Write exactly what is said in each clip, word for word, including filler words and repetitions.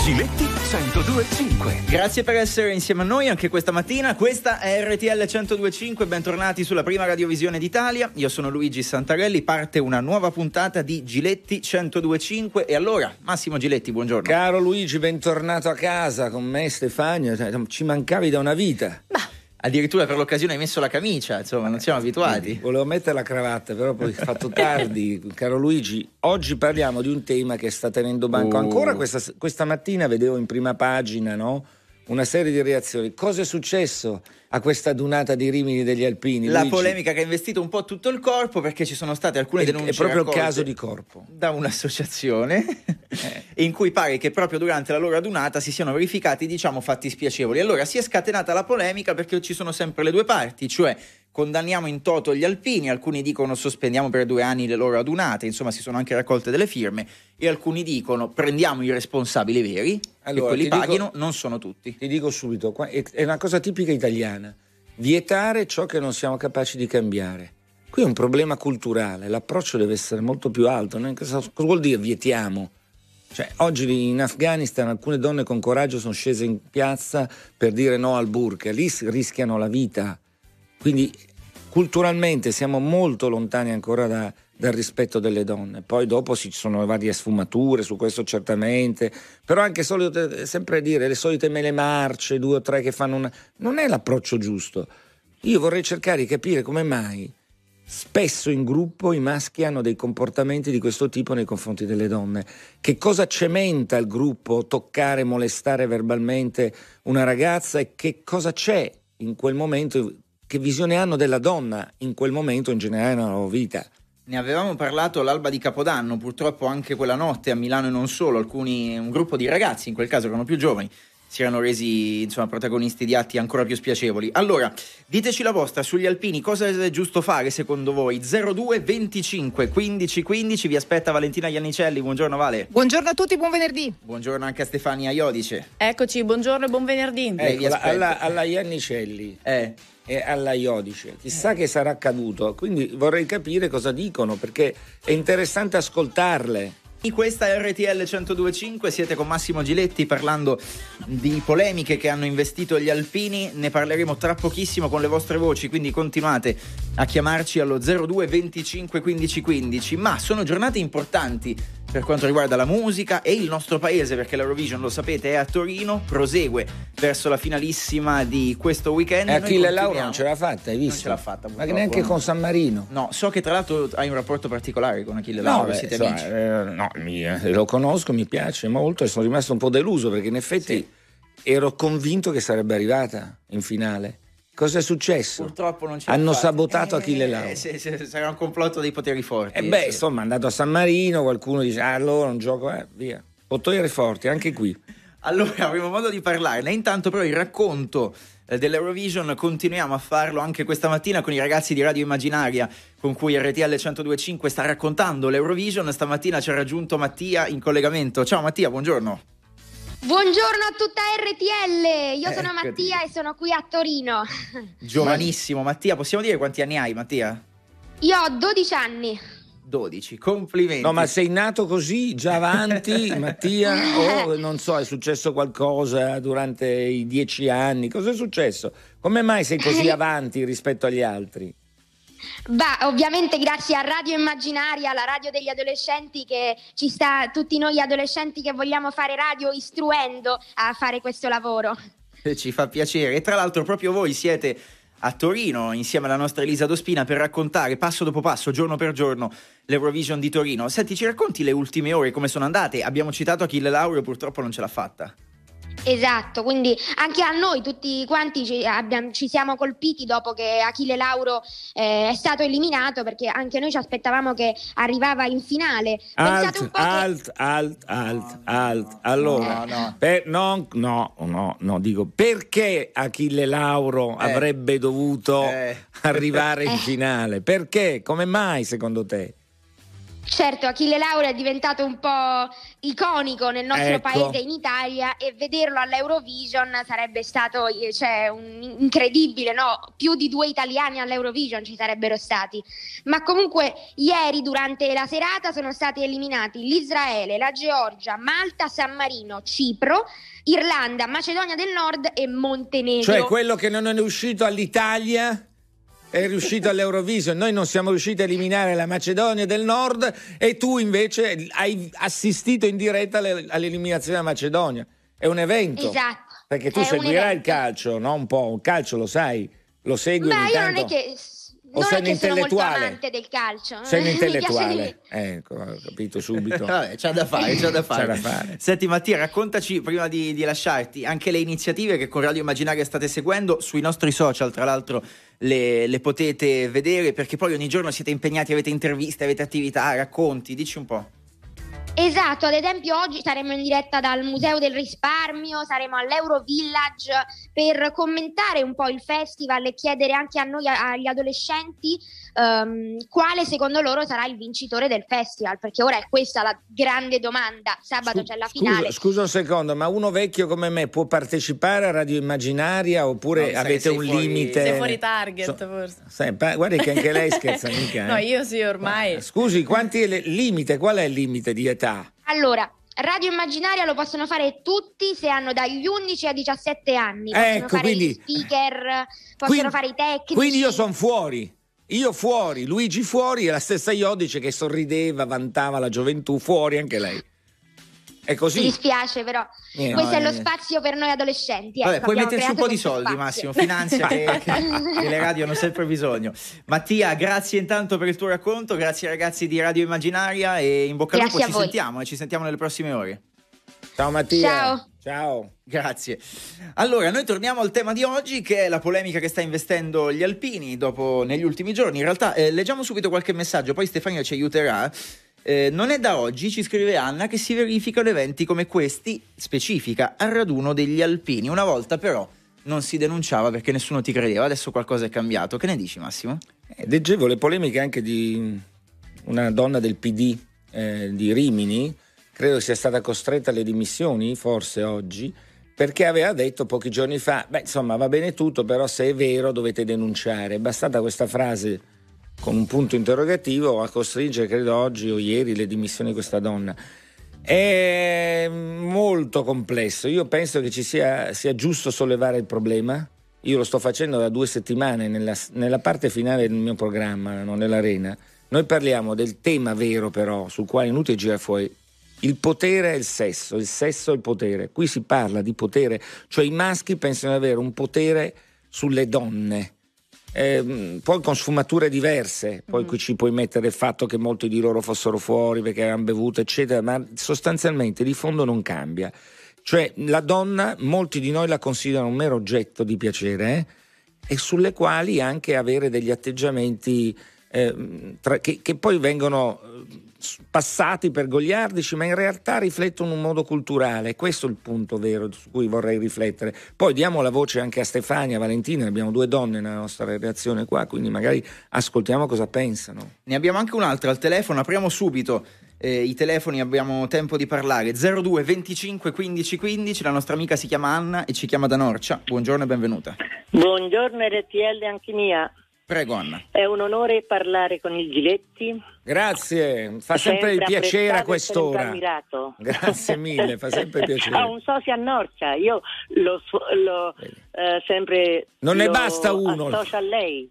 Giletti centodue e cinque. Grazie per essere insieme a noi anche questa mattina. Questa è R T L centodue e cinque, bentornati sulla prima radiovisione d'Italia. Io sono Luigi Santarelli, parte una nuova puntata di Giletti centodue e cinque. E allora, Massimo Giletti, buongiorno. Caro Luigi, bentornato a casa con me, Stefania. Ci mancavi da una vita. Ma addirittura per l'occasione hai messo la camicia, insomma, non siamo abituati. Volevo mettere la cravatta, però poi ho fatto tardi. Caro Luigi, oggi parliamo di un tema che sta tenendo banco. Oh. Ancora questa, questa mattina vedevo in prima pagina, no? Una serie di reazioni. Cosa è successo a questa dunata di Rimini degli Alpini? La Luigi? polemica che ha investito un po' tutto il corpo, perché ci sono state alcune È, denunce è proprio il raccolte caso di corpo da un'associazione in cui pare che proprio durante la loro adunata si siano verificati, diciamo, fatti spiacevoli. Allora si è scatenata la polemica perché ci sono sempre le due parti, cioè condanniamo in toto gli alpini, alcuni dicono sospendiamo per due anni le loro adunate, insomma si sono anche raccolte delle firme, e alcuni dicono prendiamo i responsabili veri, allora, e quelli ti paghino, dico, non sono tutti. Ti dico subito, è una cosa tipica italiana, vietare ciò che non siamo capaci di cambiare. Qui è un problema culturale, l'approccio deve essere molto più alto. Cosa, cosa vuol dire vietiamo? Cioè, oggi in Afghanistan alcune donne con coraggio sono scese in piazza per dire no al burqa, lì rischiano la vita. Quindi culturalmente siamo molto lontani ancora da, dal rispetto delle donne. Poi dopo ci sono varie sfumature su questo, certamente, però anche solo sempre dire le solite mele marce, due o tre che fanno una... non è l'approccio giusto. Io vorrei cercare di capire come mai spesso in gruppo i maschi hanno dei comportamenti di questo tipo nei confronti delle donne. Che cosa cementa il gruppo toccare, molestare verbalmente una ragazza, e che cosa c'è in quel momento, che visione hanno della donna in quel momento in generale nella loro vita. Ne avevamo parlato l'alba di Capodanno, purtroppo anche quella notte a Milano e non solo, alcuni, un gruppo di ragazzi, in quel caso erano più giovani, si erano resi, insomma, protagonisti di atti ancora più spiacevoli. Allora, diteci la vostra sugli alpini, cosa è giusto fare secondo voi? zero due venticinque quindici quindici, vi aspetta Valentina Iannicelli, buongiorno Vale. Buongiorno a tutti, buon venerdì. Buongiorno anche a Stefania Iodice. Eccoci, buongiorno e buon venerdì. Eh, vi Ecco, aspetto. alla, alla Iannicelli Eh. e alla Iodice, chissà che sarà accaduto, quindi vorrei capire cosa dicono, perché è interessante ascoltarle. Questa è R T L centodue e cinque, siete con Massimo Giletti parlando di polemiche che hanno investito gli alpini, ne parleremo tra pochissimo con le vostre voci, quindi continuate a chiamarci allo zero due venticinque quindici quindici, ma sono giornate importanti per quanto riguarda la musica e il nostro paese, perché l'Eurovision, lo sapete, è a Torino, prosegue verso la finalissima di questo weekend. E Achille Noi Lauro non ce l'ha fatta, hai visto? Non ce l'ha fatta, ma neanche con San Marino. No, so che tra l'altro hai un rapporto particolare con Achille No, Lauro, beh, siete insomma, amici. eh, no, mi, eh, lo conosco, mi piace molto e sono rimasto un po' deluso, perché in effetti Sì. ero convinto che sarebbe arrivata in finale. Cosa è successo? Purtroppo non ce Hanno l'ha fatta. sabotato eh, Achille Lauro. Eh, sì, sì, sarà un complotto dei poteri forti. E beh, sì. insomma, è andato a San Marino, qualcuno dice, ah, allora un gioco, eh, via. Poteri forti, anche qui. Allora, avremo modo di parlarne. Intanto però il racconto eh, dell'Eurovision continuiamo a farlo anche questa mattina con i ragazzi di Radio Immaginaria, con cui R T L centodue e cinque sta raccontando l'Eurovision. Stamattina ci ha raggiunto Mattia in collegamento. Ciao Mattia, buongiorno. Buongiorno a tutta R T L, io sono Eccoti. Mattia e sono qui a Torino. Giovanissimo Mattia, possiamo dire quanti anni hai, Mattia? Io ho dodici anni. dodici, complimenti. No, ma sei nato così, già avanti, Mattia? O non so, è successo qualcosa durante i dieci anni? Cosa è successo? Come mai sei così avanti rispetto agli altri? Beh, ovviamente grazie a Radio Immaginaria, la radio degli adolescenti, che ci sta, tutti noi adolescenti che vogliamo fare radio, istruendo a fare questo lavoro. Ci fa piacere. E tra l'altro proprio voi siete a Torino insieme alla nostra Elisa Dospina per raccontare passo dopo passo, giorno per giorno, l'Eurovision di Torino. Senti, ci racconti le ultime ore, come sono andate? Abbiamo citato Achille Lauro, purtroppo non ce l'ha fatta. Esatto, quindi anche a noi tutti quanti ci, abbiamo, ci siamo colpiti dopo che Achille Lauro eh, è stato eliminato, perché anche noi ci aspettavamo che arrivava in finale. Pensate un Alt, po' che... alt, alt, alt, alt. Allora, No, no. per- no, no, no, no, dico, perché Achille Lauro Eh. avrebbe dovuto Eh. arrivare in Eh. finale? Perché? Come mai secondo te? Certo, Achille Lauro è diventato un po' iconico nel nostro Ecco. paese, in Italia, e vederlo all'Eurovision sarebbe stato, cioè, un incredibile, no? Più di due italiani all'Eurovision ci sarebbero stati. Ma comunque ieri durante la serata sono stati eliminati l'Israele, la Georgia, Malta, San Marino, Cipro, Irlanda, Macedonia del Nord e Montenegro. Cioè quello che non è uscito all'Italia è riuscito all'Eurovision. Noi non siamo riusciti a eliminare la Macedonia del Nord e tu invece hai assistito in diretta alle- all'eliminazione della Macedonia. È un evento. Esatto. Perché tu È un seguirai il evento. calcio, no? Un po', un calcio lo sai, lo segui Beh, ogni io non tanto. è che O non sei è un che sono molto intellettuale? amante del calcio. Sei un Mi piace di- intellettuale. Ecco, ho capito subito. Vabbè, c'ha da fare, c'ha da fare. C'ha da fare. Senti Mattia, raccontaci prima di, di lasciarti anche le iniziative che con Radio Immaginaria state seguendo sui nostri social, tra l'altro le, le potete vedere, perché poi ogni giorno siete impegnati, avete interviste, avete attività, racconti, dici un po'. Esatto, ad esempio oggi saremo in diretta dal Museo del Risparmio, saremo all'Eurovillage per commentare un po' il festival e chiedere anche a noi, a- agli adolescenti, ehm, quale secondo loro sarà il vincitore del festival, perché ora è questa la grande domanda. Sabato Scu- c'è la scusa, finale. scusa un secondo, ma uno vecchio come me può partecipare a Radio Immaginaria oppure No, sai che avete sei un fuori- limite? Sei fuori target, So- forse. sai, pa- guarda che anche lei scherza mica. No, eh. io sì, ormai. Scusi, quanti è il limite? Qual è il limite di età? Allora, Radio Immaginaria lo possono fare tutti se hanno dagli undici ai diciassette anni. Possono Ecco, fare quindi- gli speaker, possono Quindi- fare i tecnici. Quindi io sono fuori. Io fuori, Luigi fuori e la stessa Iodice che sorrideva, vantava la gioventù, fuori anche lei. È Mi così. dispiace, però Niente. questo No, è lo eh. spazio per noi adolescenti. Vabbè, ecco, puoi abbiamo metterci un creato po' di questo soldi, spazio. Massimo, finanzia che, che- che le radio hanno sempre bisogno. Mattia, grazie intanto per il tuo racconto, grazie ai ragazzi di Radio Immaginaria e in bocca al lupo, Grazie a ci voi. sentiamo e ci sentiamo nelle prossime ore. Ciao Mattia. Ciao. Ciao. Grazie. Allora, noi torniamo al tema di oggi, che è la polemica che sta investendo gli alpini dopo, negli ultimi giorni. In realtà, eh, leggiamo subito qualche messaggio, poi Stefania ci aiuterà. Eh, non è da oggi, ci scrive Anna, che si verificano eventi come questi, specifica, al raduno degli alpini. Una volta però non si denunciava perché nessuno ti credeva, adesso qualcosa è cambiato. Che ne dici, Massimo? Eh, leggevo le polemiche anche di una donna del P D eh, di Rimini, credo sia stata costretta alle dimissioni, forse oggi, perché aveva detto pochi giorni fa, beh insomma va bene tutto, però se è vero dovete denunciare. È bastata questa frase con un punto interrogativo a costringere, credo oggi o ieri, le dimissioni di questa donna. È molto complesso, io penso che ci sia, sia giusto sollevare il problema. Io lo sto facendo da due settimane nella, nella parte finale del mio programma, non nell'arena. Noi parliamo del tema vero però, sul quale è inutile girare fuori. Il potere e il sesso, il sesso e il potere. Qui si parla di potere, cioè i maschi pensano di avere un potere sulle donne. Eh, poi con sfumature diverse, poi Mm. qui ci puoi mettere il fatto che molti di loro fossero fuori perché avevano bevuto eccetera, ma sostanzialmente di fondo non cambia. Cioè la donna, molti di noi la considerano un mero oggetto di piacere eh? e sulle quali anche avere degli atteggiamenti eh, tra, che, che poi vengono eh, passati per goliardici, ma in realtà riflettono un modo culturale. Questo è il punto vero su cui vorrei riflettere. Poi diamo la voce anche a Stefania, a Valentina, abbiamo due donne nella nostra redazione qua, quindi magari ascoltiamo cosa pensano. Ne abbiamo anche un'altra al telefono, apriamo subito eh, i telefoni, abbiamo tempo di parlare. zero due venticinque quindici quindici, la nostra amica si chiama Anna e ci chiama da Norcia. Buongiorno e benvenuta. Buongiorno R T L anche mia. Prego Anna. È un onore parlare con il Giletti. Grazie, fa sempre, Sempre piacere a apprezzato e sempre quest'ora. ammirato. Grazie mille, fa sempre piacere. Ha un socio a Norcia, io lo, su- lo eh, sempre Non ne lo basta uno. associo a lei.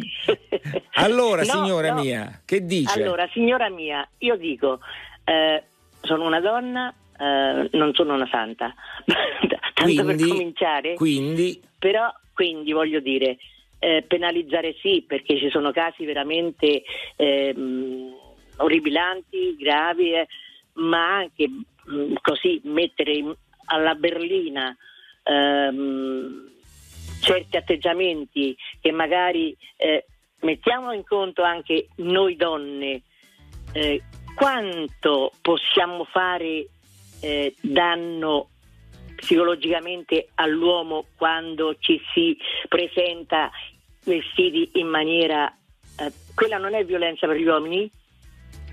Allora, No, signora no. mia, che dice? Allora, signora mia, io dico, eh, sono una donna, eh, non sono una santa, tanto per cominciare, quindi però quindi voglio dire, eh, penalizzare sì, perché ci sono casi veramente ehm, orribilanti, gravi, eh, ma anche mh, così mettere in- alla berlina ehm, certi atteggiamenti che magari eh, mettiamo in conto anche noi donne, eh, quanto possiamo fare eh, danno psicologicamente all'uomo quando ci si presenta vestiti in maniera eh, quella non è violenza per gli uomini?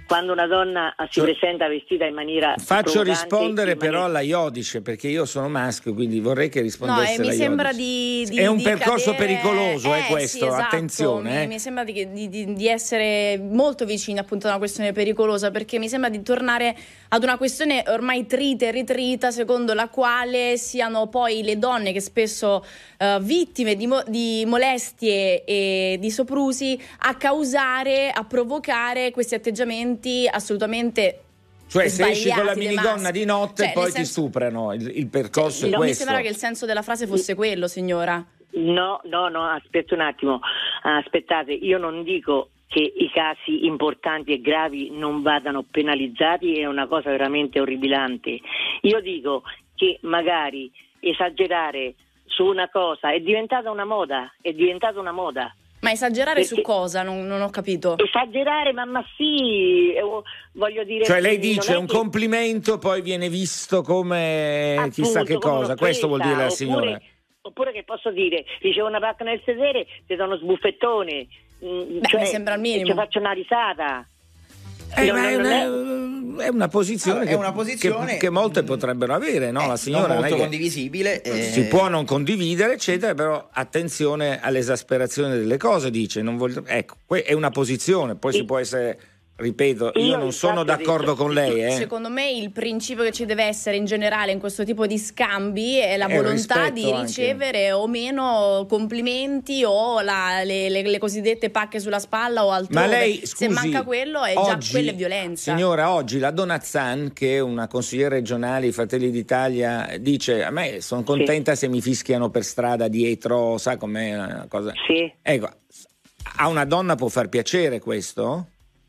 quando una donna si cioè, presenta vestita in maniera faccio rispondere in però maniera... alla Iodice, perché io sono maschio, quindi vorrei che rispondesse. No, e mi la sembra di, di è un di percorso cadere... pericoloso, eh, è questo, sì, esatto. Attenzione. Mi, eh. mi sembra di, di, di essere molto vicini appunto a una questione pericolosa, perché mi sembra di tornare ad una questione ormai trita e ritrita, secondo la quale siano poi le donne che spesso uh, vittime di, mo- di molestie e di soprusi a causare, a provocare questi atteggiamenti assolutamente, cioè se esci con la minigonna di notte, cioè, poi senso... ti stuprano, il, il percorso cioè, è no, questo. Mi sembra che il senso della frase fosse quello, signora. No, no, no, aspetta un attimo, aspettate, io non dico che i casi importanti e gravi non vadano penalizzati, è una cosa veramente orribilante. Io dico che magari esagerare su una cosa è diventata una moda, è diventata una moda. Ma esagerare perché su cosa? Non, non ho capito. Esagerare, ma, ma sì, voglio dire... Cioè lei dice un che... complimento, poi viene visto come appunto, chissà che cosa, questo vuol dire la signora. Oppure, oppure che posso dire, ricevo una pacca nel sedere, ti do uno sbuffettone, Beh, cioè, mi sembra il minimo. Ci faccio una risata. Eh, non, ma è, non una, è... è una posizione, allora, che, è una posizione che, che molte potrebbero avere, no? Eh, La signora non molto non condivisibile. Eh... Si può non condividere, eccetera, però attenzione all'esasperazione delle cose, dice. Non voglio... Ecco, è una posizione, poi e... si può essere... Ripeto, io, io non sono d'accordo detto, con lei. Eh. Secondo me il principio che ci deve essere in generale in questo tipo di scambi è la è volontà di ricevere anche. o meno complimenti o la, le, le, le cosiddette pacche sulla spalla o altrove. Ma lei, scusi, se manca quello è oggi, già quella è violenza. Signora, oggi la Donazzan, che è una consigliera regionale, i Fratelli d'Italia, dice: a me sono contenta sì. se mi fischiano per strada dietro, sa com'è una cosa. Sì. Ecco, a una donna può far piacere questo?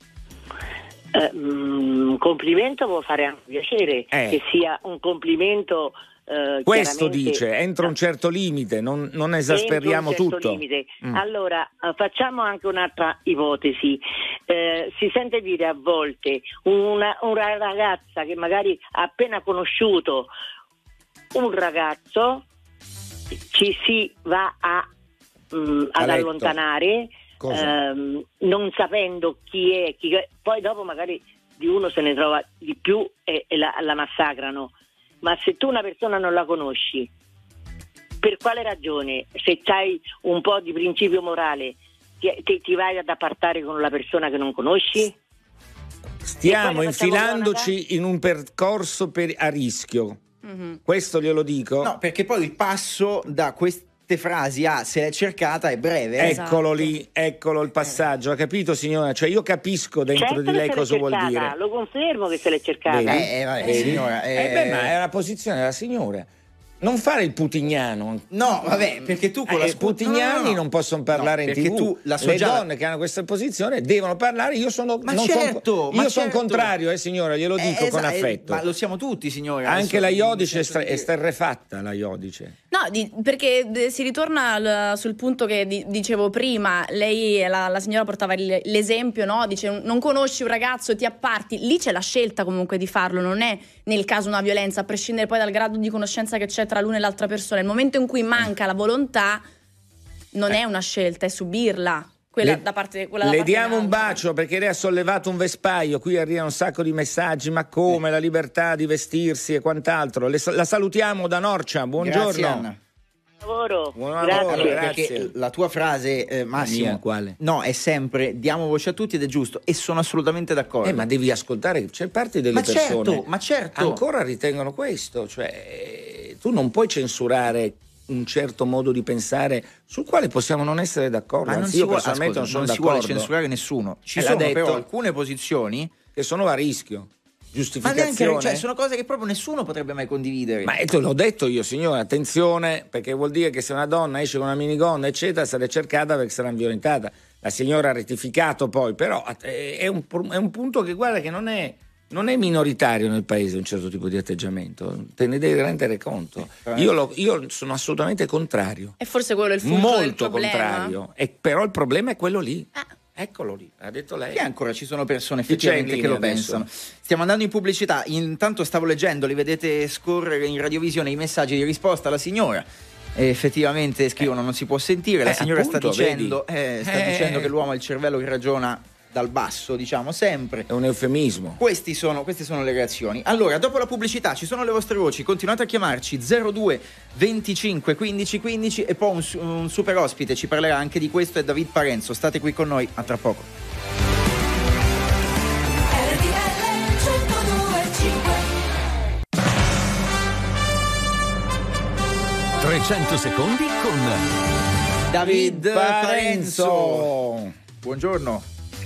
Un uh, complimento può fare anche piacere, eh. che sia un complimento uh, questo dice, entro un certo limite, non, non esasperiamo entro un certo tutto limite. Mm. Allora uh, facciamo anche un'altra ipotesi, uh, si sente dire a volte una, una ragazza che magari ha appena conosciuto un ragazzo, ci si va a, um, ad allontanare Um, non sapendo chi è, chi è, poi dopo magari di uno se ne trova di più e, e la, la massacrano. Ma se tu una persona non la conosci, per quale ragione, se c'hai un po' di principio morale, ti, ti, ti vai ad appartare con la persona che non conosci? Stiamo infilandoci in un percorso per, a rischio. Mm-hmm. Questo glielo dico. No, perché poi il passo da questo frasi ah, se l'è cercata è breve. Eh? Eccolo lì, eccolo il passaggio. Ha capito, signora? Cioè io capisco dentro certo di lei cosa cercata, vuol dire. Lo confermo che se l'è cercata. Vedi? Eh, vabbè, Vedi? signora, eh... Eh beh, ma è la posizione della signora. Non fare il putignano. No, vabbè, perché tu con eh, la scu- putignani no, no, no. non possono parlare no, in perché tivù. Tu, la Le donne che hanno questa posizione devono parlare. Io sono ma non certo, son, ma io certo. sono contrario, eh signora, glielo dico eh, con esatto, affetto. Eh, ma lo siamo tutti, signora. Anche la Iodice è, stra- è sterrefatta, la Iodice. No, di, perché de, si ritorna al, sul punto che di, dicevo prima. Lei, la, la signora portava il, l'esempio, no? Dice non conosci un ragazzo, ti apparti. Lì c'è la scelta comunque di farlo, non è nel caso una violenza, a prescindere poi dal grado di conoscenza che c'è tra l'una e l'altra persona. Nel momento in cui manca la volontà non è una scelta, è subirla. Quella le, da parte, quella da le parte diamo un bacio perché lei ha sollevato un vespaio. Qui arriva un sacco di messaggi, ma come, la libertà di vestirsi e quant'altro. Le, la salutiamo da Norcia, buongiorno. Grazie, Anna. Lavoro. Buon lavoro, grazie. grazie. Perché la tua frase, eh, Massimo, mia, quale? No, è sempre diamo voce a tutti ed è giusto, e sono assolutamente d'accordo. Eh, ma devi ascoltare, c'è parte delle ma persone certo, ma certo. ancora ritengono questo, cioè tu non puoi censurare un certo modo di pensare sul quale possiamo non essere d'accordo. Ma non Anzi, si io vuole, personalmente ascolta, non sono non si d'accordo. vuole censurare nessuno. Ci Eh, sono detto, però alcune posizioni che sono a rischio. Ma Giustificazione. neanche, cioè, sono cose che proprio nessuno potrebbe mai condividere. Ma te l'ho detto io, signore, attenzione, perché vuol dire che se una donna esce con una minigonna, eccetera, sarà cercata perché sarà violentata. La signora ha rettificato poi, però è un, è un punto che guarda che non è, non è minoritario nel paese un certo tipo di atteggiamento. Te ne devi rendere conto. Io, lo, io sono assolutamente contrario. E forse quello è il punto Molto del problema. contrario. E però il problema è quello lì. Ah. Eccolo lì, ha detto lei. Che ancora ci sono persone effettivamente che lo adesso? pensano. Stiamo andando in pubblicità, intanto stavo leggendo, li vedete scorrere in radiovisione i messaggi di risposta alla signora. E effettivamente scrivono eh. non si può sentire, la eh, signora appunto, sta dicendo, eh, sta eh. dicendo che l'uomo ha il cervello che ragiona dal basso, diciamo sempre. È un eufemismo. Questi sono, queste sono le reazioni. Allora, dopo la pubblicità ci sono le vostre voci, continuate a chiamarci zero due venticinque quindici quindici e poi un, un super ospite ci parlerà anche di questo, è David Parenzo. State qui con noi, a tra poco. trecento secondi con David Parenzo. Parenzo. Buongiorno.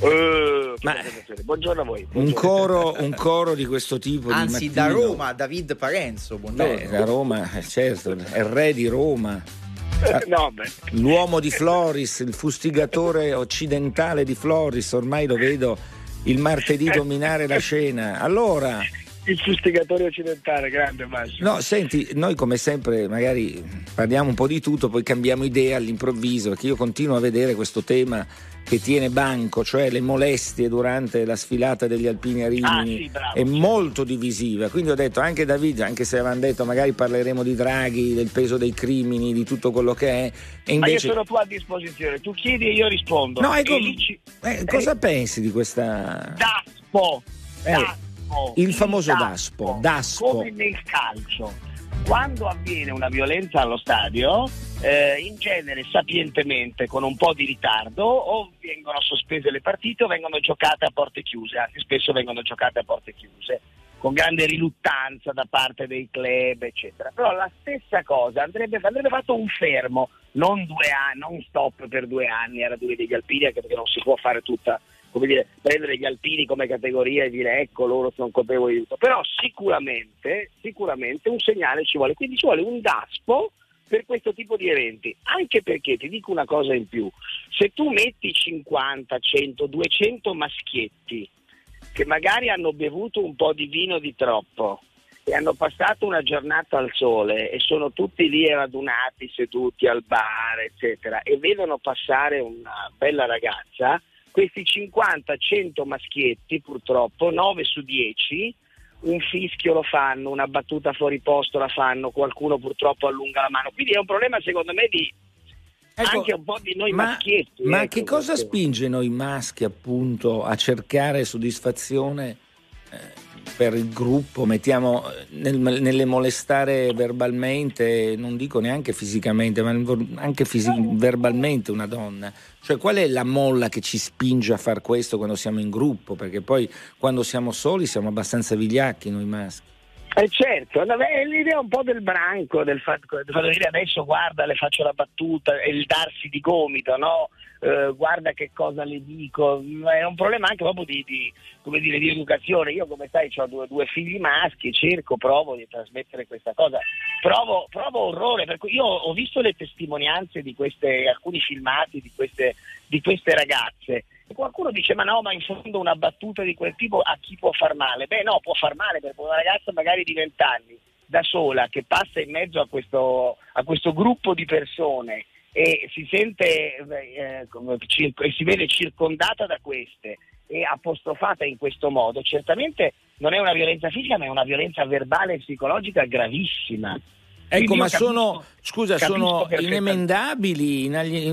Uh, Ma buongiorno a voi. Buongiorno. Un coro, un coro di questo tipo. Anzi, di da mattino. Roma, David Parenzo. Buongiorno. Beh, da Roma, eh, certo, è il re di Roma. Eh, no, beh. L'uomo di Floris, il fustigatore occidentale di Floris, ormai lo vedo il martedì dominare la scena. Allora, Il fustigatore occidentale, grande Massimo. no, senti, noi come sempre magari parliamo un po' di tutto, poi cambiamo idea all'improvviso, perché io continuo a vedere questo tema che tiene banco, cioè le molestie durante la sfilata degli alpini a Rimini. Ah, sì, bravo, è sì. molto divisiva, quindi ho detto anche David, anche se avevano detto magari parleremo di Draghi, del peso dei crimini, di tutto quello che è, e Ma io invece sono tua a disposizione, tu chiedi e io rispondo. no, ecco, E lì ci- eh, cosa pensi di questa Daspo, Eh, Daspo, il famoso Daspo, Daspo. come nel calcio. Quando avviene una violenza allo stadio, eh, in genere sapientemente, con un po' di ritardo, o vengono sospese le partite o vengono giocate a porte chiuse, anzi spesso vengono giocate a porte chiuse, con grande riluttanza da parte dei club, eccetera. Però la stessa cosa andrebbe, andrebbe fatto un fermo, non due anni, non stop per due anni a raduni degli alpini, anche perché non si può fare tutta, come dire, prendere gli alpini come categoria e dire ecco loro sono colpevoli di tutto, però sicuramente sicuramente un segnale ci vuole, quindi ci vuole un daspo per questo tipo di eventi, anche perché ti dico una cosa in più, se tu metti cinquanta, cento, duecento maschietti che magari hanno bevuto un po' di vino di troppo e hanno passato una giornata al sole e sono tutti lì radunati seduti al bar eccetera e vedono passare una bella ragazza, questi cinquanta cento maschietti purtroppo nove su dieci un fischio lo fanno, una battuta fuori posto la fanno, qualcuno purtroppo allunga la mano, quindi è un problema secondo me di Ecco, anche un po' di noi ma, maschietti. ma ecco, che cosa perché... spinge noi maschi appunto a cercare soddisfazione eh, per il gruppo, mettiamo nel, nelle molestare verbalmente, non dico neanche fisicamente, ma anche fisi- verbalmente una donna? Cioè qual è la molla che ci spinge a far questo quando siamo in gruppo? Perché poi quando siamo soli siamo abbastanza vigliacchi noi maschi. Eh certo, è l'idea un po' del branco, del fatto, del fatto di dire adesso guarda le faccio la battuta, e il darsi di gomito, no? Eh, guarda che cosa le dico, è un problema anche proprio di, di, come dire, di educazione. Io come sai ho due, due figli maschi, cerco, provo di trasmettere questa cosa, provo, provo orrore, per cui io ho visto le testimonianze di queste, alcuni filmati di queste, di queste ragazze. Qualcuno dice ma no, ma in fondo una battuta di quel tipo a chi può far male? Beh no, può far male perché una ragazza magari di venti anni da sola che passa in mezzo a questo, a questo gruppo di persone e si sente eh, come, circo, e si vede circondata da queste e apostrofata in questo modo, certamente non è una violenza fisica ma è una violenza verbale e psicologica gravissima. Ecco, ma capisco, sono, scusa, sono inemendabili,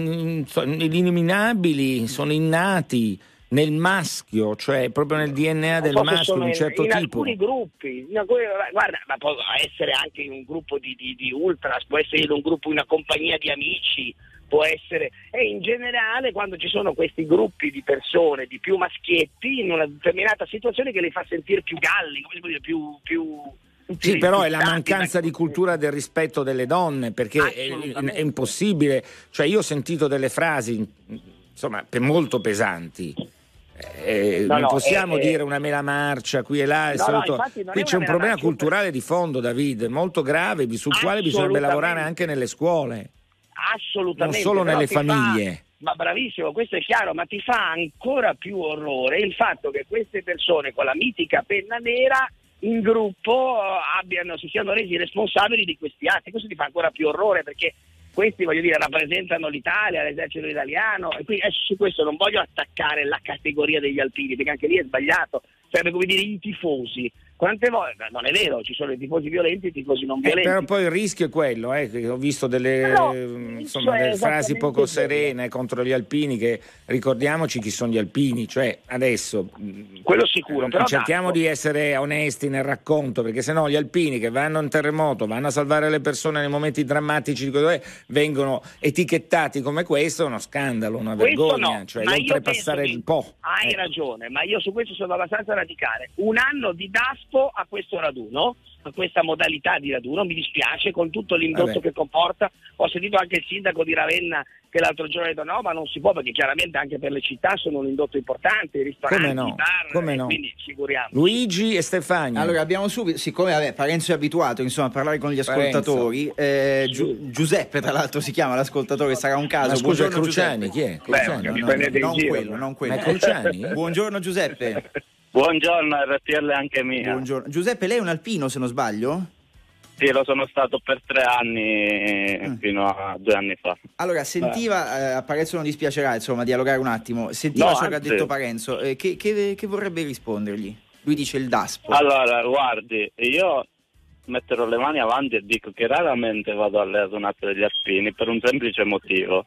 ineliminabili, sono innati nel maschio, cioè proprio nel D N A del maschio di un certo in, in tipo. In alcuni gruppi, in alcuni, guarda, ma può essere anche in un gruppo di, di, di ultras, può essere in un gruppo, in una compagnia di amici, può essere, e in generale quando ci sono questi gruppi di persone, di più maschietti, in una determinata situazione che li fa sentire più galli, come si può dire, più... più Sì, però è la mancanza di cultura del rispetto delle donne, perché è, è impossibile. Cioè io ho sentito delle frasi, insomma, molto pesanti. Eh, no, non no, possiamo eh, dire una mela marcia qui e là. No, saluto... no, qui c'è un problema marcia, culturale di fondo, David, molto grave, sul quale bisognerebbe lavorare anche nelle scuole. Assolutamente. Non solo nelle famiglie. Fa... Ma bravissimo, questo è chiaro, ma ti fa ancora più orrore il fatto che queste persone con la mitica penna nera in gruppo abbiano, si siano resi responsabili di questi atti. Questo ti fa ancora più orrore perché questi, voglio dire, rappresentano l'Italia, l'esercito italiano, e quindi su questo non voglio attaccare la categoria degli alpini perché anche lì è sbagliato, sarebbe come dire i tifosi, Quante volte? Non è vero, ci sono i tifosi violenti e i tifosi non Eh, violenti. però poi il rischio è quello, eh, che ho visto delle, Però, insomma, cioè, delle frasi poco quello. serene contro gli alpini, che ricordiamoci chi sono gli alpini, cioè adesso Quello sicuro, eh, però cerchiamo Daspo- di essere onesti nel racconto, perché sennò gli alpini che vanno in terremoto, vanno a salvare le persone nei momenti drammatici di quello che è, vengono etichettati come questo, è uno scandalo, una Questo vergogna, no, cioè ma io oltrepassare penso il che po'. Hai Eh. ragione, ma io su questo sono abbastanza radicale. Un anno di Daspo a questo raduno, a questa modalità di raduno, mi dispiace, con tutto l'indotto Vabbè. che comporta. Ho sentito anche il sindaco di Ravenna che l'altro giorno ha detto no, ma non si può, perché chiaramente anche per le città sono un indotto importante, i ristoranti, Come no, i bar, come e no. quindi figuriamo. Luigi e Stefania. Allora abbiamo subito, siccome vabbè, Parenzo è abituato insomma a parlare con gli Parenzo. ascoltatori, eh, Giu- Giuseppe tra l'altro si chiama l'ascoltatore, sarà un caso. Ma scusa, Buongiorno, Cruciani, Giuseppe. chi è? Beh, Cruciani? mi No, prendete in non giro. quello, non quello. Ma è Cruciani? Buongiorno Giuseppe. Buongiorno, R T L anche mia. Buongiorno. Giuseppe, lei è un alpino se non sbaglio? Sì, lo sono stato per tre anni Mm. fino a due anni fa. Allora, sentiva, eh, a Parenzo non dispiacerà insomma dialogare un attimo, sentiva No, ciò che ha anzi. detto Parenzo, eh, che, che- che vorrebbe rispondergli? Lui dice il Daspo. Allora, guardi, io metterò le mani avanti e dico che raramente vado alle radunate degli alpini per un semplice motivo.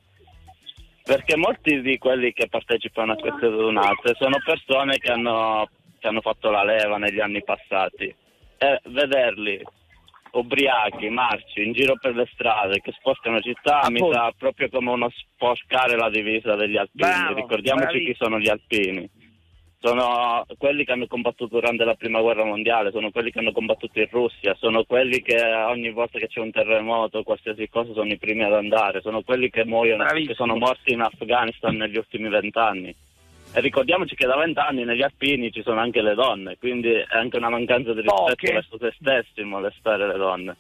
Perché molti di quelli che partecipano a queste radunate sono persone che hanno, che hanno fatto la leva negli anni passati. E vederli ubriachi, marci, in giro per le strade, che sporcano città, mi Appunto. sa proprio come uno sporcare la divisa degli alpini. Bravo, Ricordiamoci bravissimo. chi sono gli alpini. Sono quelli che hanno combattuto durante la prima guerra mondiale, sono quelli che hanno combattuto in Russia, sono quelli che ogni volta che c'è un terremoto, qualsiasi cosa, sono i primi ad andare, sono quelli che muoiono, Bravissimo. che sono morti in Afghanistan negli ultimi vent'anni. E ricordiamoci che da vent'anni negli alpini ci sono anche le donne, quindi è anche una mancanza di rispetto Poche. verso se stessi molestare le donne.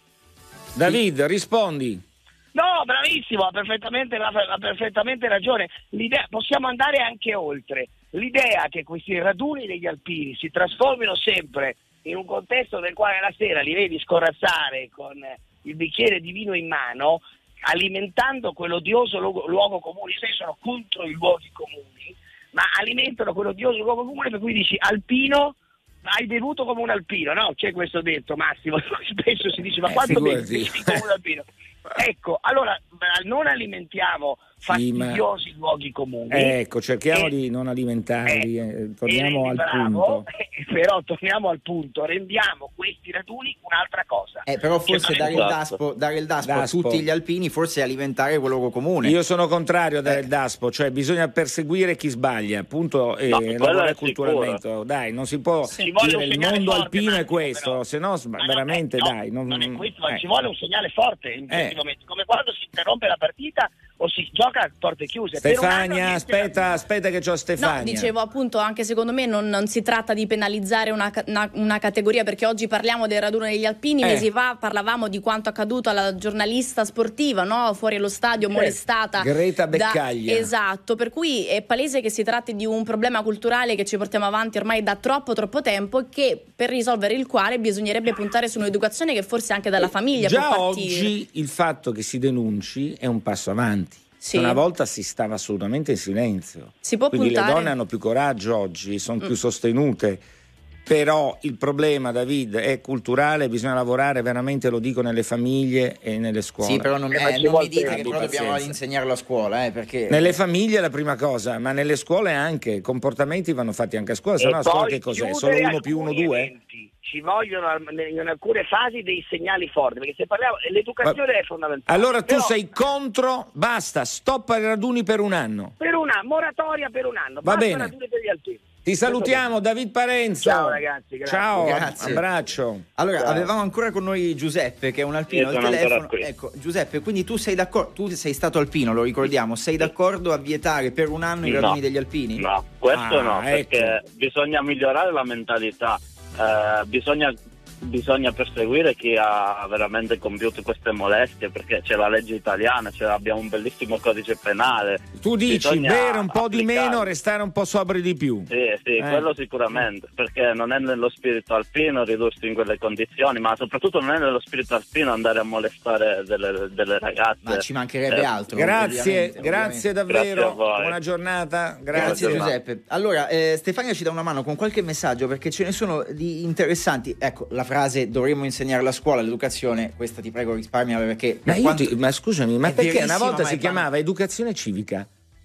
David, rispondi. No, bravissimo, ha perfettamente, ha, ha perfettamente ragione. L'idea, possiamo andare anche oltre. L'idea che questi raduni degli alpini si trasformino sempre in un contesto nel quale la sera li vedi scorazzare con il bicchiere di vino in mano, alimentando quell'odioso luogo, luogo comune. Io sono contro i luoghi comuni, ma alimentano quell'odioso luogo comune per cui dici alpino, hai bevuto come un alpino, no? C'è questo detto, Massimo, spesso si dice ma Eh, quanto bevi? figurati. Bevi come un alpino. Ecco, allora non alimentiamo Sì, ma- fastidiosi luoghi comuni. Ecco, cerchiamo E- di non alimentarli, eh, eh, torniamo e- al bravo, punto. eh, però torniamo al punto, rendiamo questi raduni un'altra cosa. Eh, però forse Cioè, dare il Esatto. Daspo, dare il daspo, Daspo. a tutti gli alpini forse è alimentare quel luogo comune. Io sono contrario a dare Eh. il daspo, cioè bisogna perseguire chi sbaglia, appunto, e No, quello lavorare è culturalmente. Dai, non si può Ci vuole dire un il segnale mondo forte, alpino è Massimo, questo, però. se no s- Ma no, veramente eh, no, dai. Non, non è questo, ma eh. ci vuole un segnale forte in questi momenti, come quando si interrompe la partita o si gioca a porte chiuse. Per un anno Stefania, niente aspetta, da- aspetta che c'ho Stefania. No, dicevo appunto, anche secondo me non, non si tratta di penalizzare una, ca- una- una categoria, perché oggi parliamo del raduno degli alpini, Eh. mesi fa parlavamo di quanto accaduto alla giornalista sportiva, no? Fuori allo stadio, Certo. molestata. Greta da- Beccaglia. esatto, per cui è palese che si tratti di un problema culturale che ci portiamo avanti ormai da troppo troppo tempo e che per risolvere il quale bisognerebbe puntare su un'educazione che forse anche dalla famiglia Già può partire. oggi il fatto che si denunci è un passo avanti. Sì. Una volta si stava assolutamente in silenzio. Si può Quindi puntare. le donne hanno più coraggio oggi, sono Mm. più sostenute. Però il problema, David, è culturale, bisogna lavorare veramente, lo dico, nelle famiglie e nelle scuole. Sì, però non, Eh, ma eh, ci non mi vuole dite tempo, che però dobbiamo pazienza. insegnarlo a scuola, eh, perché Nelle famiglie è la prima cosa, ma nelle scuole anche. Comportamenti vanno fatti anche a scuola, se E no a scuola poi che cos'è? chiudere Solo uno più uno, alcuni due? eventi. Ci vogliono al- in alcune fasi dei segnali forti, perché se parliamo l'educazione Ma- è fondamentale. Allora tu Però, sei contro, basta, stoppa i raduni per un anno. per una moratoria per un anno, Va basta bene. raduni per gli alpini. Ti salutiamo, David Parenzo. Ciao, ragazzi, grazie. Ciao, Grazie. abbraccio. allora Ciao. avevamo ancora con noi Giuseppe che è un alpino Io al sono ancora telefono. qui. Ecco, Giuseppe, quindi tu sei d'accordo, tu sei stato alpino, lo ricordiamo, sei d'accordo a vietare per un anno i No. raduni degli alpini? No, questo Ah, no, ecco. perché bisogna migliorare la mentalità, eh, bisogna bisogna perseguire chi ha veramente compiuto queste molestie, perché c'è la legge italiana, c'è, abbiamo un bellissimo codice penale. Tu dici bisogna bere un po' di applicarlo. meno, restare un po' sobri di più. Sì, sì, Eh. quello sicuramente, perché non è nello spirito alpino ridursi in quelle condizioni, ma soprattutto non è nello spirito alpino andare a molestare delle, delle ragazze. Ma ci mancherebbe Eh, altro. Grazie, ovviamente, grazie ovviamente. davvero. Grazie a voi. Buona giornata. Grazie Grazie. Giuseppe. Allora, eh, Stefania ci dà una mano con qualche messaggio, perché ce ne sono di interessanti. Ecco, la frase dovremmo insegnare la scuola, l'educazione, questa ti prego risparmiala, perché Ma, per io quanto- ti- ma scusami, ma è perché una verissima, volta ma si è chiamava educazione civica?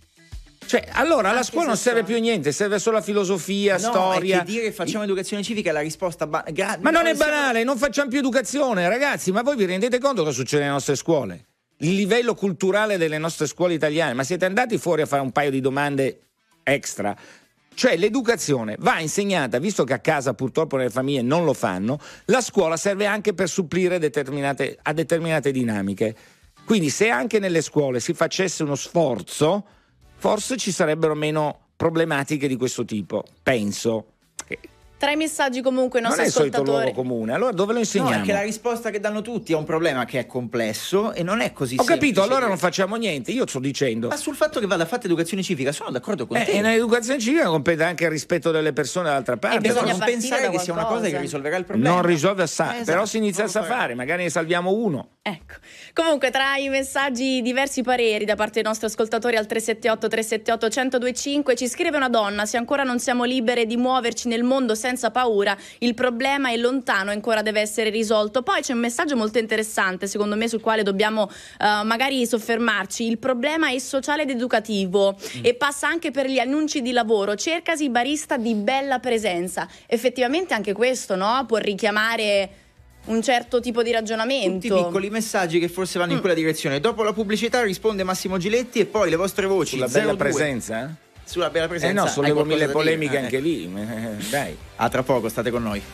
Cioè, allora la Anche scuola se non serve so- più a niente, serve solo a filosofia, No, storia. è che dire facciamo educazione civica è la risposta ba- gra- Ma non è siamo- banale, non facciamo più educazione, ragazzi, ma voi vi rendete conto cosa succede nelle nostre scuole? Il livello culturale delle nostre scuole italiane, ma siete andati fuori a fare un paio di domande extra? Cioè l'educazione va insegnata, visto che a casa purtroppo nelle famiglie non lo fanno, la scuola serve anche per supplire determinate, a determinate dinamiche. Quindi se anche nelle scuole si facesse uno sforzo, forse ci sarebbero meno problematiche di questo tipo, penso. Tra i messaggi comunque i Non nostri è il solito ascoltatori. luogo comune, allora dove lo No, insegniamo? è che la risposta che danno tutti a un problema che è complesso e non è così Ho capito, semplice. allora non facciamo niente, io sto dicendo. Ma sul fatto che vada fatta educazione civica sono d'accordo con Eh, te. e nell'educazione civica compete anche il rispetto delle persone dall'altra parte. Però bisogna non partire pensare da che sia una cosa qualcosa. che risolverà il problema. Non risolve assai, Eh, però esatto, si inizia non a lo farà. fare, magari ne salviamo uno. Ecco, comunque tra i messaggi diversi pareri da parte dei nostri ascoltatori al tre sette otto tre sette otto uno zero due cinque ci scrive una donna: se ancora non siamo libere di muoverci nel mondo senza paura, il problema è lontano e ancora deve essere risolto. Poi c'è un messaggio molto interessante secondo me sul quale dobbiamo uh, magari soffermarci: il problema è sociale ed educativo mm. e passa anche per gli annunci di lavoro, cercasi barista di bella presenza. Effettivamente anche questo, no? Può richiamare un certo tipo di ragionamento. Tutti piccoli messaggi che forse vanno in Mm. quella direzione. Dopo la pubblicità risponde Massimo Giletti e poi le vostre voci. Sulla zero bella due presenza? Sulla bella Eh presenza. no, Hai sollevo qualcosa mille da dire? polemiche Ah, anche ecco. lì, eh, dai. A tra poco, state con noi.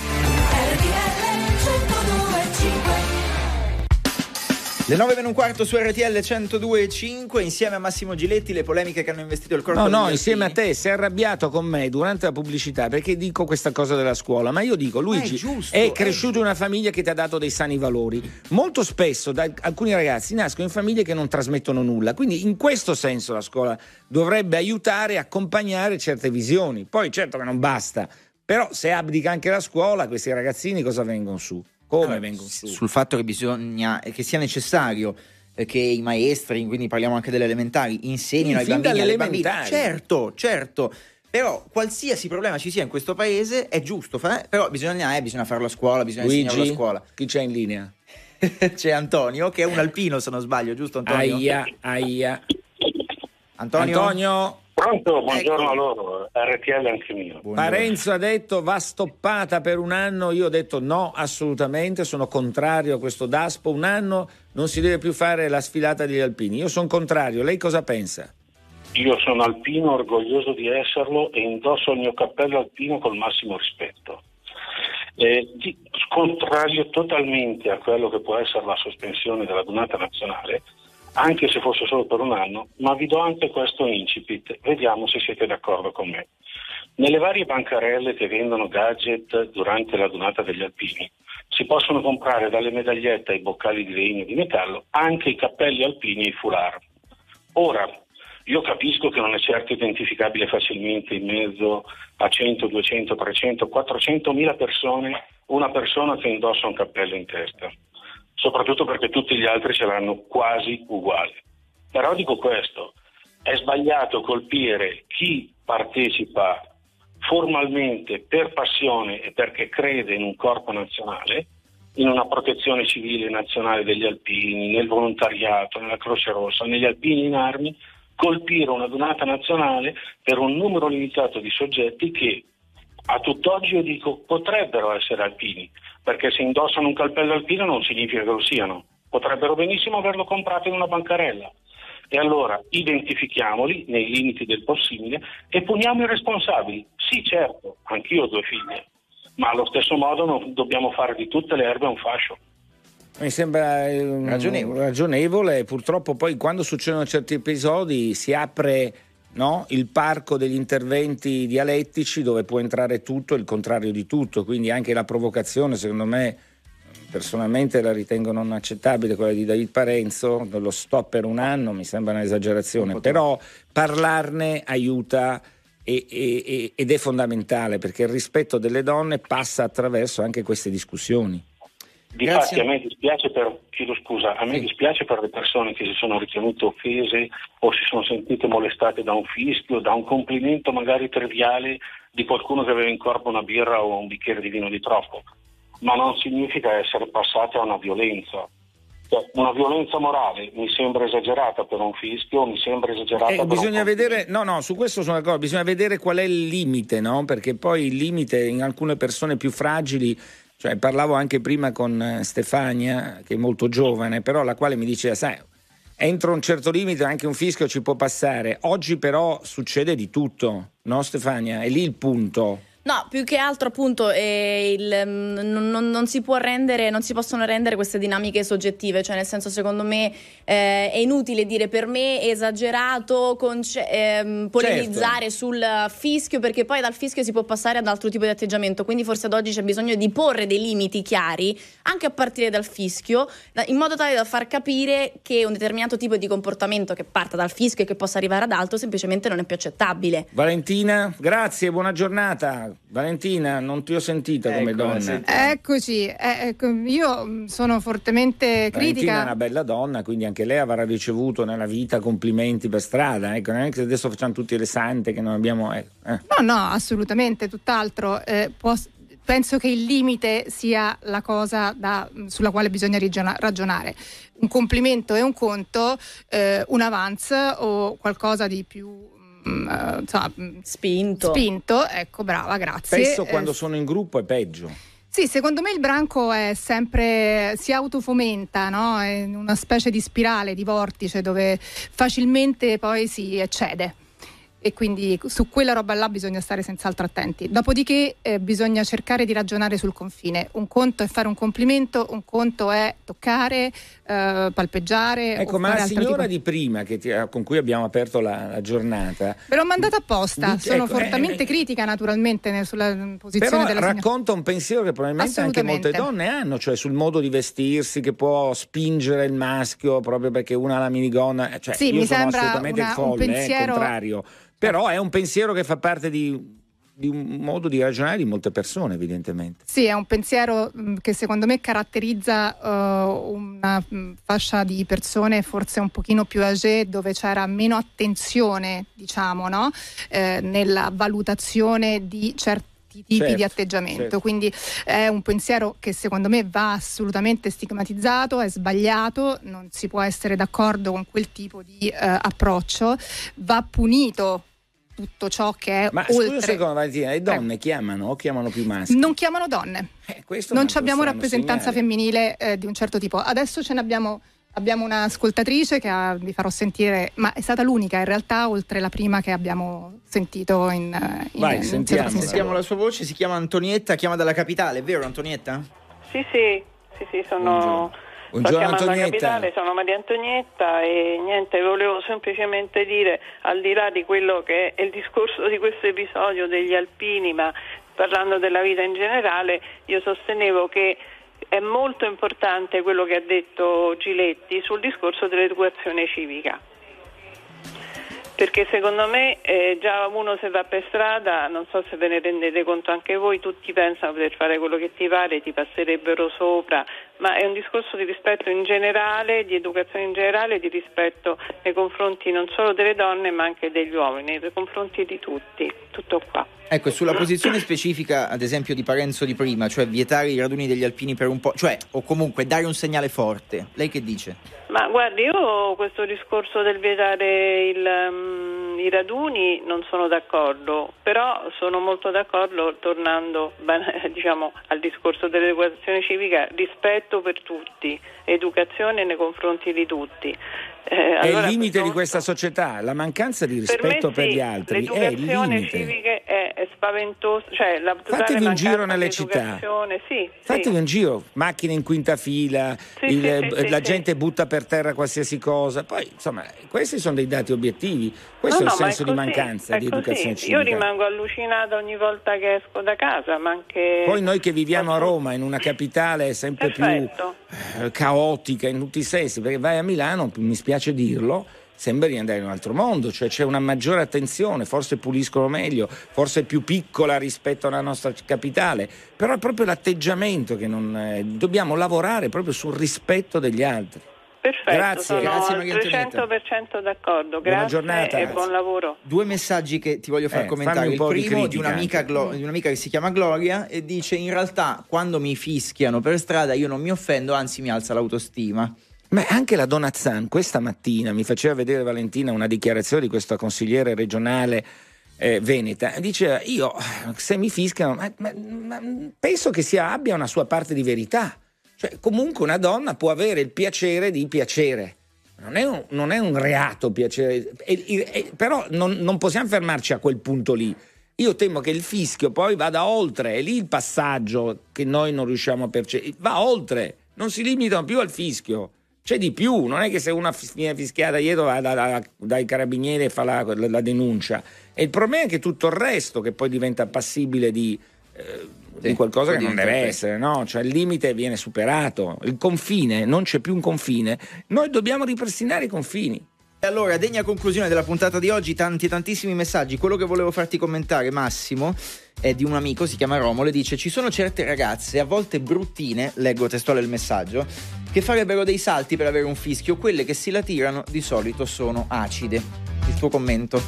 Le nove meno un quarto su R T L centodue e cinque, insieme a Massimo Giletti, le polemiche che hanno investito il corpo No, degli no, alpini. insieme a te sei arrabbiato con me durante la pubblicità perché dico questa cosa della scuola, ma io dico, Luigi, è giusto, è è cresciuto in una famiglia che ti ha dato dei sani valori. Molto spesso da, alcuni ragazzi nascono in famiglie che non trasmettono nulla, quindi in questo senso la scuola dovrebbe aiutare e accompagnare certe visioni. Poi certo che non basta, però se abdica anche la scuola, questi ragazzini cosa vengono su? Come Allora, vengono su? Sul fatto che bisogna, che sia necessario eh, che i maestri, quindi parliamo anche delle elementari, insegnino ai Fin bambini, dalle alle bambine. elementari. Certo, certo. Però qualsiasi problema ci sia in questo paese è giusto, fa- però bisogna, eh, bisogna farlo a scuola, bisogna insegnarlo a Luigi, scuola. chi c'è in linea? C'è Antonio, che è un alpino se non sbaglio, giusto Antonio? Aia, aia. Antonio? Antonio? Pronto, buongiorno Ecco. a loro, R T L anche mio. Buongiorno. Parenzo ha detto va stoppata per un anno, io ho detto no, assolutamente, sono contrario a questo DASPO, un anno non si deve più fare la sfilata degli alpini, io sono contrario, lei cosa pensa? Io sono alpino, orgoglioso di esserlo e indosso il mio cappello alpino col massimo rispetto. Eh, di, contrario totalmente a quello che può essere la sospensione della donata nazionale, anche se fosse solo per un anno, ma vi do anche questo incipit, vediamo se siete d'accordo con me. Nelle varie bancarelle che vendono gadget durante la donata degli alpini si possono comprare dalle medagliette ai boccali di legno e di metallo anche i cappelli alpini e i foulard. Ora, io capisco che non è certo identificabile facilmente in mezzo a cento, duecento, trecento, quattrocentomila persone una persona che indossa un cappello in testa, soprattutto perché tutti gli altri ce l'hanno quasi uguali. Però dico questo, è sbagliato colpire chi partecipa formalmente per passione e perché crede in un corpo nazionale, in una protezione civile nazionale degli alpini, nel volontariato, nella Croce Rossa, negli alpini in armi, colpire una donata nazionale per un numero limitato di soggetti che a tutt'oggi io dico potrebbero essere alpini, perché se indossano un cappello alpino non significa che lo siano, potrebbero benissimo averlo comprato in una bancarella. E allora identifichiamoli nei limiti del possibile e puniamo i responsabili. Sì, certo, anch'io ho due figlie, ma allo stesso modo non dobbiamo fare di tutte le erbe un fascio. Mi sembra eh, Ragionevole. ragionevole, purtroppo poi quando succedono certi episodi si apre no? Il parco degli interventi dialettici dove può entrare tutto e il contrario di tutto, quindi anche la provocazione, secondo me, personalmente la ritengo non accettabile, quella di David Parenzo, dello stop per un anno, mi sembra un'esagerazione, però parlarne aiuta e, e, ed è fondamentale, perché il rispetto delle donne passa attraverso anche queste discussioni. Difatti a me dispiace per, chiedo scusa, a me dispiace per le persone che si sono ritenute offese o si sono sentite molestate da un fischio, da un complimento magari triviale di qualcuno che aveva in corpo una birra o un bicchiere di vino di troppo, ma non significa essere passate a una violenza. Cioè, una violenza morale mi sembra esagerata per un fischio, mi sembra esagerata eh, per bisogna un vedere, no no, su questo sono d'accordo, bisogna vedere qual è il limite, no? Perché poi il limite in alcune persone più fragili, cioè parlavo anche prima con Stefania, che è molto giovane, però la quale mi diceva, sai, entro un certo limite anche un fischio ci può passare. Oggi però succede di tutto, no Stefania? È lì il punto. No, più che altro appunto eh, il, non, non, non si può rendere, non si possono rendere queste dinamiche soggettive, cioè nel senso, secondo me eh, è inutile dire per me è esagerato conce- eh, polemizzare certo. sul fischio, perché poi dal fischio si può passare ad altro tipo di atteggiamento, quindi forse ad oggi c'è bisogno di porre dei limiti chiari anche a partire dal fischio, in modo tale da far capire che un determinato tipo di comportamento che parta dal fischio e che possa arrivare ad altro semplicemente non è più accettabile. Valentina, grazie, buona giornata. Valentina, non ti ho sentita come ecco, donna. Senti. Eccoci, eh, ecco, io sono fortemente critica. Valentina è una bella donna, quindi anche lei avrà ricevuto nella vita complimenti per strada, ecco, non è che adesso facciamo tutte le sante che non abbiamo. Eh. No, no, assolutamente, tutt'altro. Eh, può, penso che il limite sia la cosa da, sulla quale bisogna ragiona, ragionare. Un complimento è un conto, eh, un avance o qualcosa di più Uh, insomma, spinto. spinto, ecco, brava, grazie. Spesso quando eh, sono in gruppo è peggio. Sì, secondo me il branco è sempre, si autofomenta, no? È una specie di spirale, di vortice dove facilmente poi si eccede. E quindi su quella roba là bisogna stare senz'altro attenti. Dopodiché eh, bisogna cercare di ragionare sul confine. Un conto è fare un complimento, un conto è toccare, eh, palpeggiare. Ecco, ma la signora tipo... di prima che ti, con cui abbiamo aperto la, la giornata, ve l'ho mandata apposta. Dice, sono ecco, fortemente eh, critica naturalmente sulla posizione però della signora. Racconta un pensiero che probabilmente anche molte donne hanno, cioè sul modo di vestirsi che può spingere il maschio proprio perché una ha la minigonna. Cioè, sì, io mi sono sembra assolutamente una, folle, un pensiero... eh, il contrario. Però è un pensiero che fa parte di, di un modo di ragionare di molte persone, evidentemente. Sì, è un pensiero mh, che secondo me caratterizza uh, una mh, fascia di persone forse un pochino più âgée, dove c'era meno attenzione, diciamo, no? Eh, nella valutazione di certi tipi certo, di atteggiamento, certo. Quindi è un pensiero che secondo me va assolutamente stigmatizzato, è sbagliato, non si può essere d'accordo con quel tipo di eh, approccio, va punito tutto ciò che è ma oltre. Scusa un secondo, Valentina, le donne eh. chiamano o chiamano più maschi? Non chiamano donne, eh, non abbiamo rappresentanza segnale. femminile eh, di un certo tipo. Adesso ce ne abbiamo Abbiamo un'ascoltatrice che ha, vi farò sentire, ma è stata l'unica in realtà, oltre la prima che abbiamo sentito in, in Vai, in sentiamo, sentiamo la sua voce, si chiama Antonietta, chiama dalla capitale, è vero Antonietta? Sì, sì, sì, sì, sono... Buongiorno Sto chiamando Antonietta. la capitale, sono Maria Antonietta e niente, volevo semplicemente dire, al di là di quello che è il discorso di questo episodio degli alpini, ma parlando della vita in generale, io sostenevo che è molto importante quello che ha detto Giletti sul discorso dell'educazione civica, perché secondo me eh, già uno se va per strada, non so se ve ne rendete conto anche voi, tutti pensano di poter fare quello che ti pare, ti passerebbero sopra, ma è un discorso di rispetto in generale, di educazione in generale, di rispetto nei confronti non solo delle donne ma anche degli uomini, nei confronti di tutti, tutto qua. Ecco, sulla posizione specifica, ad esempio, di Parenzo di prima, cioè vietare i raduni degli alpini per un po', cioè, o comunque dare un segnale forte, lei che dice? Ma guardi, io questo discorso del vietare il, um, i raduni non sono d'accordo, però sono molto d'accordo, tornando diciamo al discorso dell'educazione civica, rispetto per tutti, educazione nei confronti di tutti. Eh, è allora, il limite di punto, questa società, la mancanza di per rispetto me per, sì, gli altri è il l'educazione limite. civica è, è spaventosa, cioè la Fatevi un giro nelle città, sì, fatevi sì. un giro, macchine in quinta fila, Sì, il, sì, sì, la sì, gente sì. butta per terra qualsiasi cosa, poi insomma questi sono dei dati obiettivi, questo No, è il no, ma senso è di così, mancanza è di così. educazione civica. Io rimango allucinata ogni volta che esco da casa, ma anche Poi noi che viviamo a Roma, in una capitale sempre Perfetto. più eh, caotica in tutti i sensi, perché vai a Milano, mi spiace dirlo, sembra di andare in un altro mondo, cioè c'è una maggiore attenzione, forse puliscono meglio, forse è più piccola rispetto alla nostra capitale, però è proprio l'atteggiamento che non eh, dobbiamo lavorare proprio sul rispetto degli altri. Perfetto, Grazie, sono grazie al Maria Antonietta. trecento per cento d'accordo. Buona Grazie giornata. e buon lavoro. Due messaggi che ti voglio far Eh, commentare. fammi un Il po' di primo di, critica un'amica, anche. Glo- di un'amica che si chiama Gloria e dice: in realtà quando mi fischiano per strada io non mi offendo, anzi mi alza l'autostima. Ma anche la donna Zan questa mattina mi faceva vedere, Valentina, una dichiarazione di questa consigliere regionale eh, veneta. Diceva: io se mi fischiano, ma, ma, ma penso che sia, abbia una sua parte di verità. Cioè, comunque una donna può avere il piacere di piacere. Non è un, non è un reato piacere, e, e, però non, non possiamo fermarci a quel punto lì. Io temo che il fischio poi vada oltre, è lì il passaggio che noi non riusciamo a percepire, va oltre, non si limitano più al fischio, c'è di più, non è che se una viene fischiata dietro va da, da, dai carabinieri e fa la, la, la denuncia, e il problema è che tutto il resto che poi diventa passibile di... Eh, Sì, di qualcosa che non diventa deve il essere, no? Cioè il limite viene superato, il confine, non c'è più un confine, noi dobbiamo ripristinare i confini. E allora, degna conclusione della puntata di oggi, tanti tantissimi messaggi. Quello che volevo farti commentare, Massimo, è di un amico, si chiama Romolo, e dice: ci sono certe ragazze, a volte bruttine, leggo testuale il messaggio, che farebbero dei salti per avere un fischio, quelle che si la tirano di solito sono acide. Il tuo commento?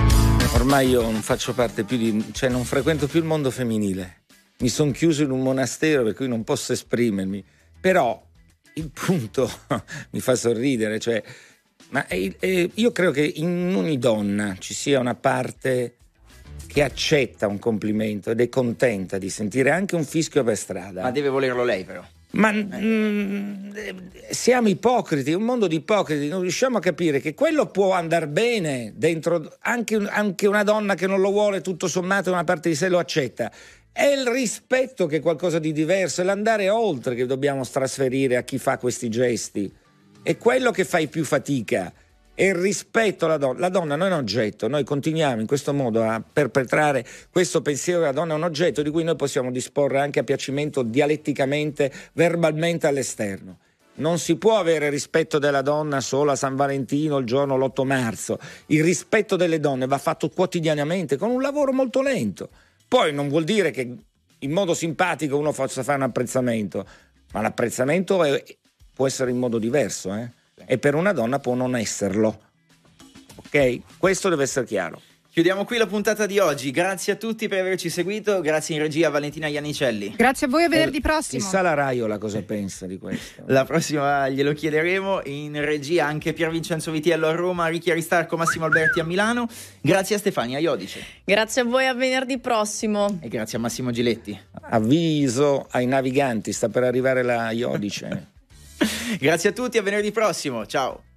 Ormai io non faccio parte più di, cioè non frequento più il mondo femminile. Mi sono chiuso in un monastero per cui non posso esprimermi, però il punto mi fa sorridere, cioè, ma è, è, io credo che in ogni donna ci sia una parte che accetta un complimento ed è contenta di sentire anche un fischio per strada. Ma deve volerlo lei, però. Ma mm, siamo ipocriti, è un mondo di ipocriti, non riusciamo a capire che quello può andare bene dentro, anche, anche una donna che non lo vuole, tutto sommato una parte di sé lo accetta. È il rispetto che è qualcosa di diverso, è l'andare oltre che dobbiamo trasferire a chi fa questi gesti. È quello che fai più fatica, è il rispetto alla donna. La donna non è un oggetto, noi continuiamo in questo modo a perpetrare questo pensiero che la donna è un oggetto di cui noi possiamo disporre anche a piacimento dialetticamente, verbalmente all'esterno. Non si può avere rispetto della donna solo a San Valentino, il giorno l'otto marzo. Il rispetto delle donne va fatto quotidianamente con un lavoro molto lento. Poi non vuol dire che in modo simpatico uno possa fare un apprezzamento, ma l'apprezzamento è, può essere in modo diverso, eh? E per una donna può non esserlo. Ok? Questo deve essere chiaro. Chiudiamo qui la puntata di oggi. Grazie a tutti per averci seguito. Grazie in regia a Valentina Iannicelli. Grazie a voi, a venerdì prossimo. Chissà la Raiola cosa pensa di questo. La prossima glielo chiederemo. In regia anche Pier Vincenzo Vitiello a Roma, Ricchi Aristarco, Massimo Alberti a Milano. Grazie a Stefania Iodice. Grazie a voi, a venerdì prossimo. E grazie a Massimo Giletti. Avviso ai naviganti, sta per arrivare la Iodice. Grazie a tutti, a venerdì prossimo. Ciao.